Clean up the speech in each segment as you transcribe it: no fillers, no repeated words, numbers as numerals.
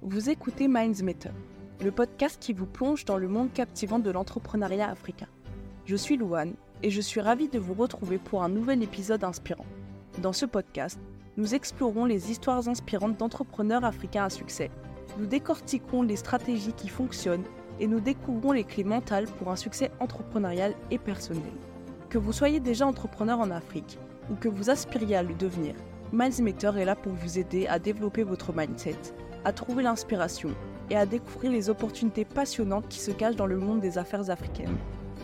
Vous écoutez Mindsmatter, le podcast qui vous plonge dans le monde captivant de l'entrepreneuriat africain. Je suis Louane et je suis ravie de vous retrouver pour un nouvel épisode inspirant. Dans ce podcast, nous explorons les histoires inspirantes d'entrepreneurs africains à succès. Nous décortiquons les stratégies qui fonctionnent et nous découvrons les clés mentales pour un succès entrepreneurial et personnel. Que vous soyez déjà entrepreneur en Afrique ou que vous aspiriez à le devenir, Mindsmatter est là pour vous aider à développer votre mindset, à trouver l'inspiration et à découvrir les opportunités passionnantes qui se cachent dans le monde des affaires africaines.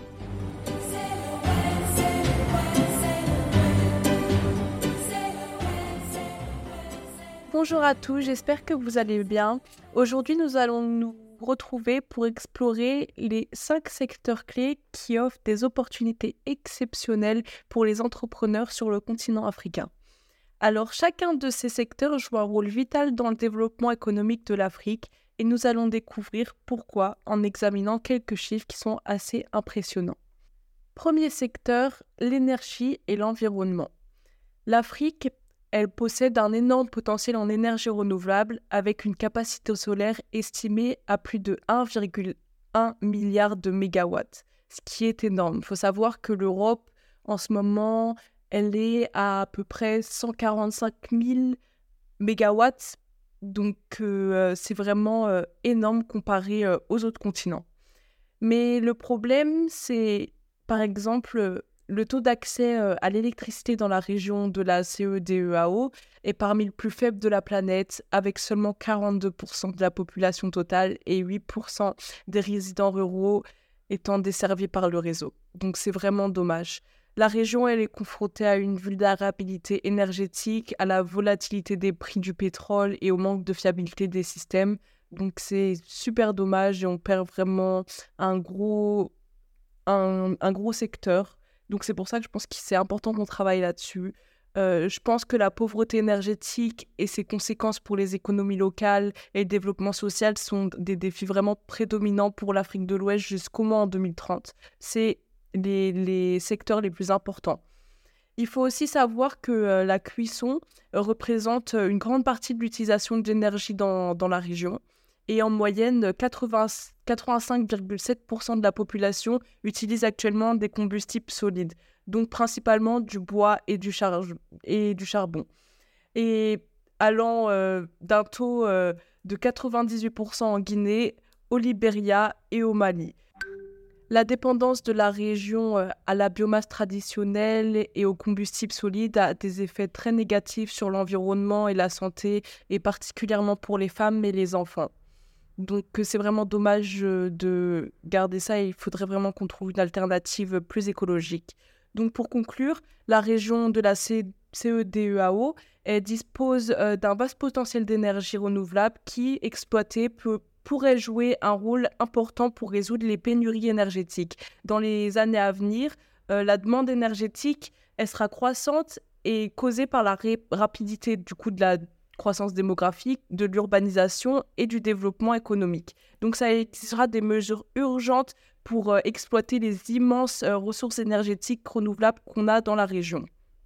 Bonjour à tous, j'espère que vous allez bien. Aujourd'hui, nous allons nous retrouver pour explorer les 5 secteurs clés qui offrent des opportunités exceptionnelles pour les entrepreneurs sur le continent africain. Alors, chacun de ces secteurs joue un rôle vital dans le développement économique de l'Afrique et nous allons découvrir pourquoi en examinant quelques chiffres qui sont assez impressionnants. Premier secteur, l'énergie et l'environnement. L'Afrique, elle possède un énorme potentiel en énergie renouvelable avec une capacité solaire estimée à plus de 1,1 milliard de mégawatts, ce qui est énorme. Il faut savoir que l'Europe, en ce moment, elle est à peu près 145 000 mégawatts, donc c'est vraiment énorme comparé aux autres continents. Mais le problème, c'est par exemple le taux d'accès à l'électricité dans la région de la CEDEAO est parmi le plus faible de la planète, avec seulement 42% de la population totale et 8% des résidents ruraux étant desservis par le réseau. Donc c'est vraiment dommage. La région, elle est confrontée à une vulnérabilité énergétique, à la volatilité des prix du pétrole et au manque de fiabilité des systèmes. Donc c'est super dommage et on perd vraiment un gros secteur. Donc c'est pour ça que je pense que c'est important qu'on travaille là-dessus. Je pense que la pauvreté énergétique et ses conséquences pour les économies locales et le développement social sont des défis vraiment prédominants pour l'Afrique de l'Ouest jusqu'au moins en 2030. C'est les secteurs les plus importants. Il faut aussi savoir que la cuisson représente une grande partie de l'utilisation d'énergie dans la région. Et en moyenne, 85,7% de la population utilise actuellement des combustibles solides, donc principalement du bois et du charbon. Et allant d'un taux de 98% en Guinée, au Libéria et au Mali. La dépendance de la région à la biomasse traditionnelle et aux combustibles solides a des effets très négatifs sur l'environnement et la santé, et particulièrement pour les femmes et les enfants. Donc c'est vraiment dommage de garder ça et il faudrait vraiment qu'on trouve une alternative plus écologique. Donc pour conclure, la région de la CEDEAO elle dispose d'un vaste potentiel d'énergie renouvelable qui, exploité, pourrait jouer un rôle important pour résoudre les pénuries énergétiques. Dans les années à venir, la demande énergétique elle sera croissante et causée par la rapidité de la croissance démographique, de l'urbanisation et du développement économique. Donc ça exigera des mesures urgentes pour exploiter les immenses ressources énergétiques renouvelables qu'on a dans la région.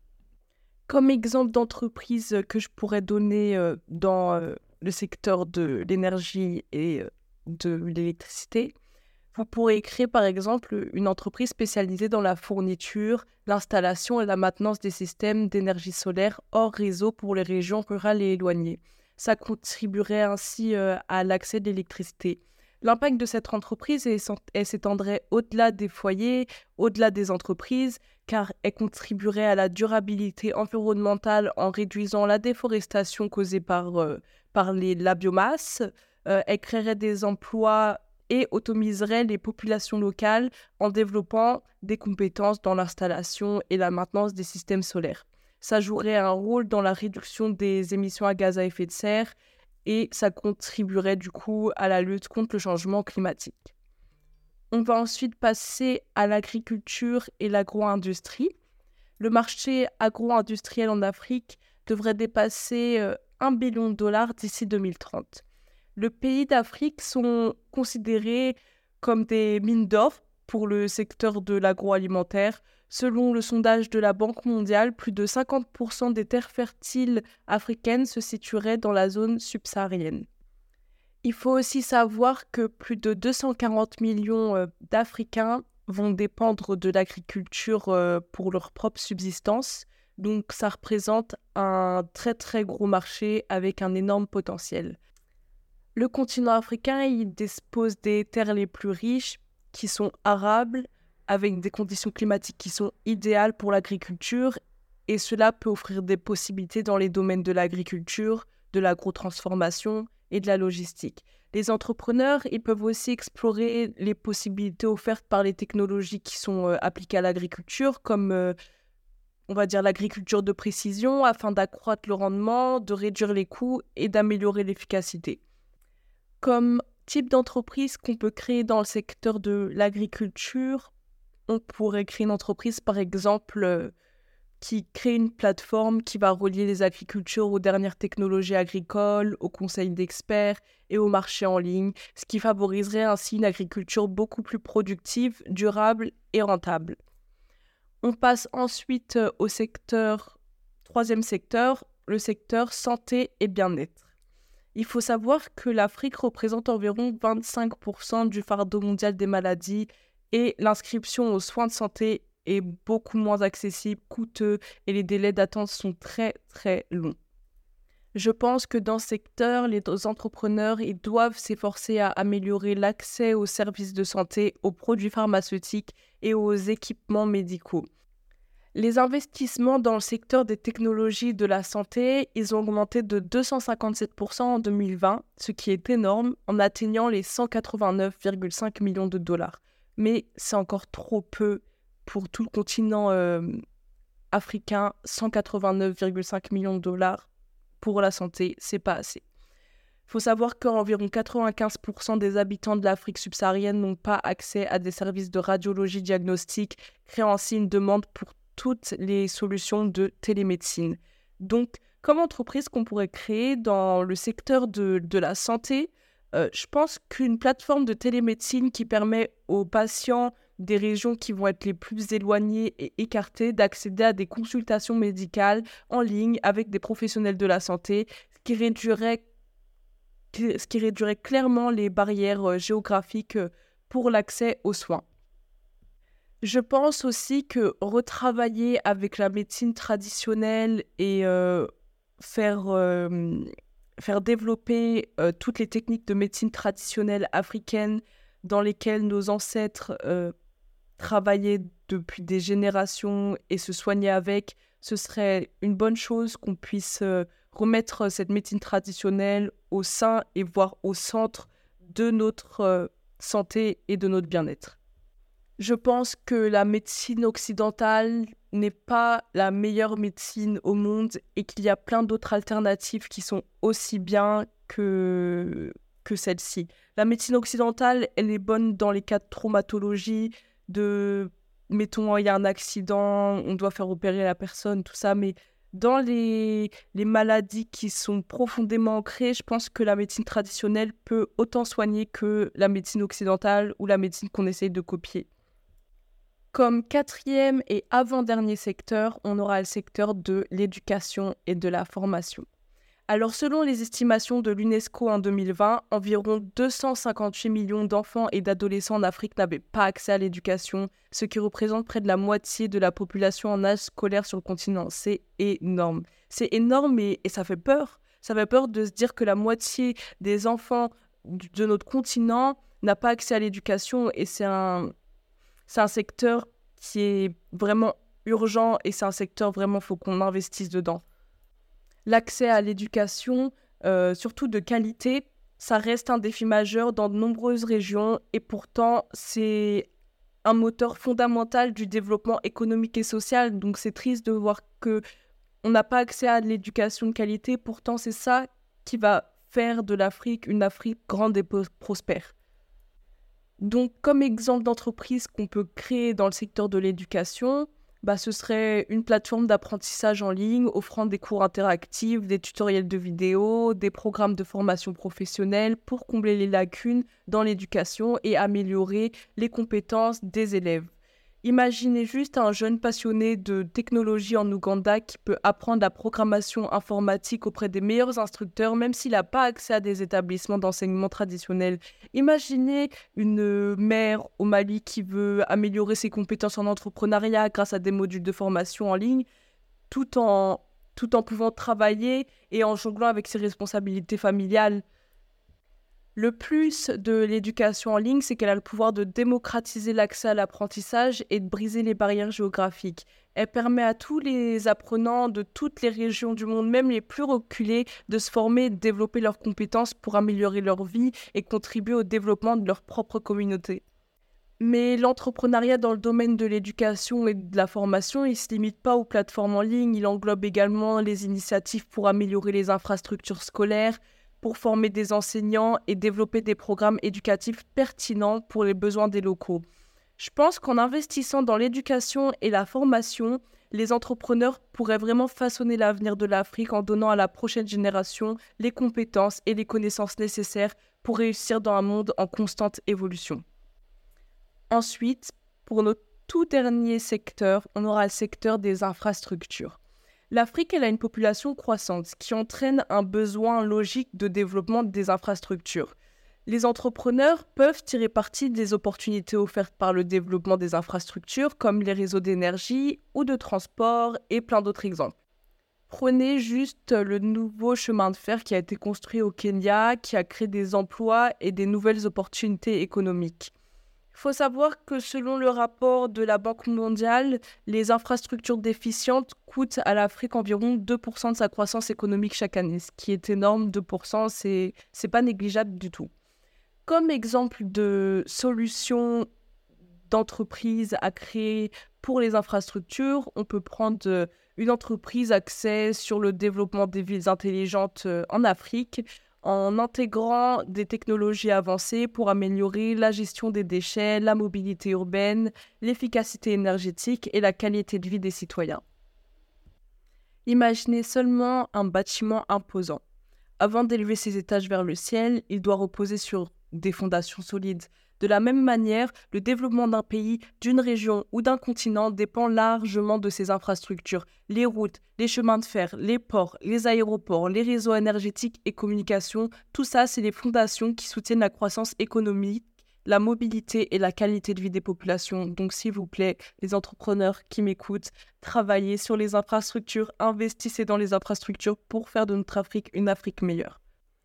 Comme exemple d'entreprise que je pourrais donner dans le secteur de l'énergie et de l'électricité, vous pourrez créer par exemple une entreprise spécialisée dans la fourniture, l'installation et la maintenance des systèmes d'énergie solaire hors réseau pour les régions rurales et éloignées. Ça contribuerait ainsi à l'accès de l'électricité. L'impact de cette entreprise elle s'étendrait au-delà des foyers, au-delà des entreprises, car elle contribuerait à la durabilité environnementale en réduisant la déforestation causée par la biomasse. Elle créerait des emplois et automiserait les populations locales en développant des compétences dans l'installation et la maintenance des systèmes solaires. Ça jouerait un rôle dans la réduction des émissions à gaz à effet de serre et ça contribuerait du coup à la lutte contre le changement climatique. On va ensuite passer à l'agriculture et l'agro-industrie. Le marché agro-industriel en Afrique devrait dépasser $1 billion d'ici 2030. Les pays d'Afrique sont considérés comme des mines d'or pour le secteur de l'agroalimentaire. Selon le sondage de la Banque mondiale, plus de 50% des terres fertiles africaines se situeraient dans la zone subsaharienne. Il faut aussi savoir que plus de 240 millions d'Africains vont dépendre de l'agriculture pour leur propre subsistance. Donc ça représente un très très gros marché avec un énorme potentiel. Le continent africain, il dispose des terres les plus riches qui sont arables, avec des conditions climatiques qui sont idéales pour l'agriculture, et cela peut offrir des possibilités dans les domaines de l'agriculture, de l'agrotransformation et de la logistique. Les entrepreneurs, ils peuvent aussi explorer les possibilités offertes par les technologies qui sont appliquées à l'agriculture, comme on va dire l'agriculture de précision, afin d'accroître le rendement, de réduire les coûts et d'améliorer l'efficacité. Comme type d'entreprise qu'on peut créer dans le secteur de l'agriculture, on pourrait créer une entreprise, par exemple, qui crée une plateforme qui va relier les agriculteurs aux dernières technologies agricoles, aux conseils d'experts et au marché en ligne, ce qui favoriserait ainsi une agriculture beaucoup plus productive, durable et rentable. On passe ensuite au troisième secteur, le secteur santé et bien-être. Il faut savoir que l'Afrique représente environ 25% du fardeau mondial des maladies et l'inscription aux soins de santé est beaucoup moins accessible, coûteux et les délais d'attente sont très très longs. Je pense que dans ce secteur, les entrepreneurs ils doivent s'efforcer à améliorer l'accès aux services de santé, aux produits pharmaceutiques et aux équipements médicaux. Les investissements dans le secteur des technologies de la santé, ils ont augmenté de 257% en 2020, ce qui est énorme, en atteignant les 189,5 millions de dollars. Mais c'est encore trop peu pour tout le continent africain, 189,5 millions de dollars pour la santé, c'est pas assez. Il faut savoir qu'environ 95% des habitants de l'Afrique subsaharienne n'ont pas accès à des services de radiologie diagnostique, créant ainsi une demande pour toutes les solutions de télémédecine. Donc, comme entreprise qu'on pourrait créer dans le secteur de la santé, je pense qu'une plateforme de télémédecine qui permet aux patients des régions qui vont être les plus éloignées et écartées d'accéder à des consultations médicales en ligne avec des professionnels de la santé, ce qui réduirait clairement les barrières géographiques pour l'accès aux soins. Je pense aussi que retravailler avec la médecine traditionnelle et faire développer toutes les techniques de médecine traditionnelle africaine dans lesquelles nos ancêtres travaillaient depuis des générations et se soignaient avec, ce serait une bonne chose qu'on puisse remettre cette médecine traditionnelle au sein et voire au centre de notre santé et de notre bien-être. Je pense que la médecine occidentale n'est pas la meilleure médecine au monde et qu'il y a plein d'autres alternatives qui sont aussi bien que celle-ci. La médecine occidentale, elle est bonne dans les cas de traumatologie, mettons, il y a un accident, on doit faire opérer la personne, tout ça, mais dans les maladies qui sont profondément ancrées, je pense que la médecine traditionnelle peut autant soigner que la médecine occidentale ou la médecine qu'on essaye de copier. Comme quatrième et avant-dernier secteur, on aura le secteur de l'éducation et de la formation. Alors selon les estimations de l'UNESCO en 2020, environ 258 millions d'enfants et d'adolescents en Afrique n'avaient pas accès à l'éducation, ce qui représente près de la moitié de la population en âge scolaire sur le continent. C'est énorme. C'est énorme et ça fait peur. Ça fait peur de se dire que la moitié des enfants de notre continent n'a pas accès à l'éducation et c'est un secteur qui est vraiment urgent et c'est un secteur vraiment, il faut qu'on investisse dedans. L'accès à l'éducation, surtout de qualité, ça reste un défi majeur dans de nombreuses régions et pourtant c'est un moteur fondamental du développement économique et social. Donc c'est triste de voir qu'on n'a pas accès à de l'éducation de qualité, pourtant c'est ça qui va faire de l'Afrique une Afrique grande et prospère. Donc, comme exemple d'entreprise qu'on peut créer dans le secteur de l'éducation, ce serait une plateforme d'apprentissage en ligne offrant des cours interactifs, des tutoriels de vidéos, des programmes de formation professionnelle pour combler les lacunes dans l'éducation et améliorer les compétences des élèves. Imaginez juste un jeune passionné de technologie en Ouganda qui peut apprendre la programmation informatique auprès des meilleurs instructeurs, même s'il n'a pas accès à des établissements d'enseignement traditionnels. Imaginez une mère au Mali qui veut améliorer ses compétences en entrepreneuriat grâce à des modules de formation en ligne, tout en, tout en pouvant travailler et en jonglant avec ses responsabilités familiales. Le plus de l'éducation en ligne, c'est qu'elle a le pouvoir de démocratiser l'accès à l'apprentissage et de briser les barrières géographiques. Elle permet à tous les apprenants de toutes les régions du monde, même les plus reculées, de se former et de développer leurs compétences pour améliorer leur vie et contribuer au développement de leur propre communauté. Mais l'entrepreneuriat dans le domaine de l'éducation et de la formation, il ne se limite pas aux plateformes en ligne, il englobe également les initiatives pour améliorer les infrastructures scolaires, pour former des enseignants et développer des programmes éducatifs pertinents pour les besoins des locaux. Je pense qu'en investissant dans l'éducation et la formation, les entrepreneurs pourraient vraiment façonner l'avenir de l'Afrique en donnant à la prochaine génération les compétences et les connaissances nécessaires pour réussir dans un monde en constante évolution. Ensuite, pour notre tout dernier secteur, on aura le secteur des infrastructures. L'Afrique, elle a une population croissante, ce qui entraîne un besoin logique de développement des infrastructures. Les entrepreneurs peuvent tirer parti des opportunités offertes par le développement des infrastructures, comme les réseaux d'énergie ou de transport et plein d'autres exemples. Prenez juste le nouveau chemin de fer qui a été construit au Kenya, qui a créé des emplois et des nouvelles opportunités économiques. Il faut savoir que selon le rapport de la Banque mondiale, les infrastructures déficientes coûtent à l'Afrique environ 2% de sa croissance économique chaque année, ce qui est énorme, 2%, c'est pas négligeable du tout. Comme exemple de solution d'entreprise à créer pour les infrastructures, on peut prendre une entreprise axée sur le développement des villes intelligentes en Afrique, en intégrant des technologies avancées pour améliorer la gestion des déchets, la mobilité urbaine, l'efficacité énergétique et la qualité de vie des citoyens. Imaginez seulement un bâtiment imposant. Avant d'élever ses étages vers le ciel, il doit reposer sur des fondations solides. De la même manière, le développement d'un pays, d'une région ou d'un continent dépend largement de ses infrastructures. Les routes, les chemins de fer, les ports, les aéroports, les réseaux énergétiques et communications, tout ça, c'est les fondations qui soutiennent la croissance économique, la mobilité et la qualité de vie des populations. Donc, s'il vous plaît, les entrepreneurs qui m'écoutent, travaillez sur les infrastructures, investissez dans les infrastructures pour faire de notre Afrique une Afrique meilleure.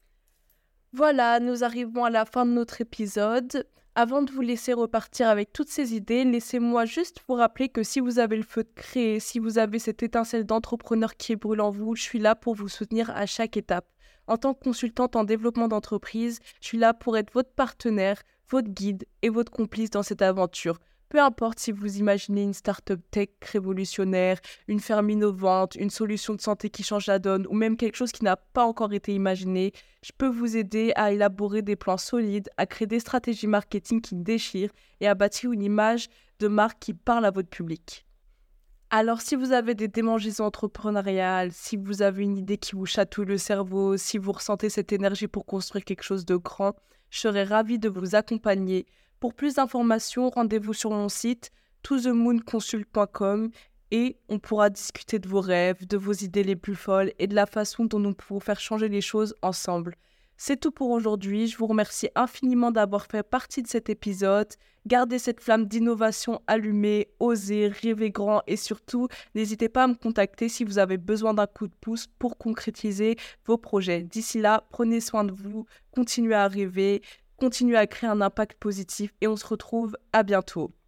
Voilà, nous arrivons à la fin de notre épisode. Avant de vous laisser repartir avec toutes ces idées, laissez-moi juste vous rappeler que si vous avez le feu de créer, si vous avez cette étincelle d'entrepreneur qui brûle en vous, je suis là pour vous soutenir à chaque étape. En tant que consultante en développement d'entreprise, je suis là pour être votre partenaire, votre guide et votre complice dans cette aventure. Peu importe si vous imaginez une start-up tech révolutionnaire, une ferme innovante, une solution de santé qui change la donne ou même quelque chose qui n'a pas encore été imaginé, je peux vous aider à élaborer des plans solides, à créer des stratégies marketing qui déchirent et à bâtir une image de marque qui parle à votre public. Alors, si vous avez des démangeaisons entrepreneuriales, si vous avez une idée qui vous chatouille le cerveau, si vous ressentez cette énergie pour construire quelque chose de grand, je serais ravie de vous accompagner. Pour plus d'informations, rendez-vous sur mon site tothemoonconsult.com et on pourra discuter de vos rêves, de vos idées les plus folles et de la façon dont nous pouvons faire changer les choses ensemble. C'est tout pour aujourd'hui. Je vous remercie infiniment d'avoir fait partie de cet épisode. Gardez cette flamme d'innovation allumée, osez, rêvez grand et surtout, n'hésitez pas à me contacter si vous avez besoin d'un coup de pouce pour concrétiser vos projets. D'ici là, prenez soin de vous, continuez à rêver, continuez à créer un impact positif et on se retrouve à bientôt.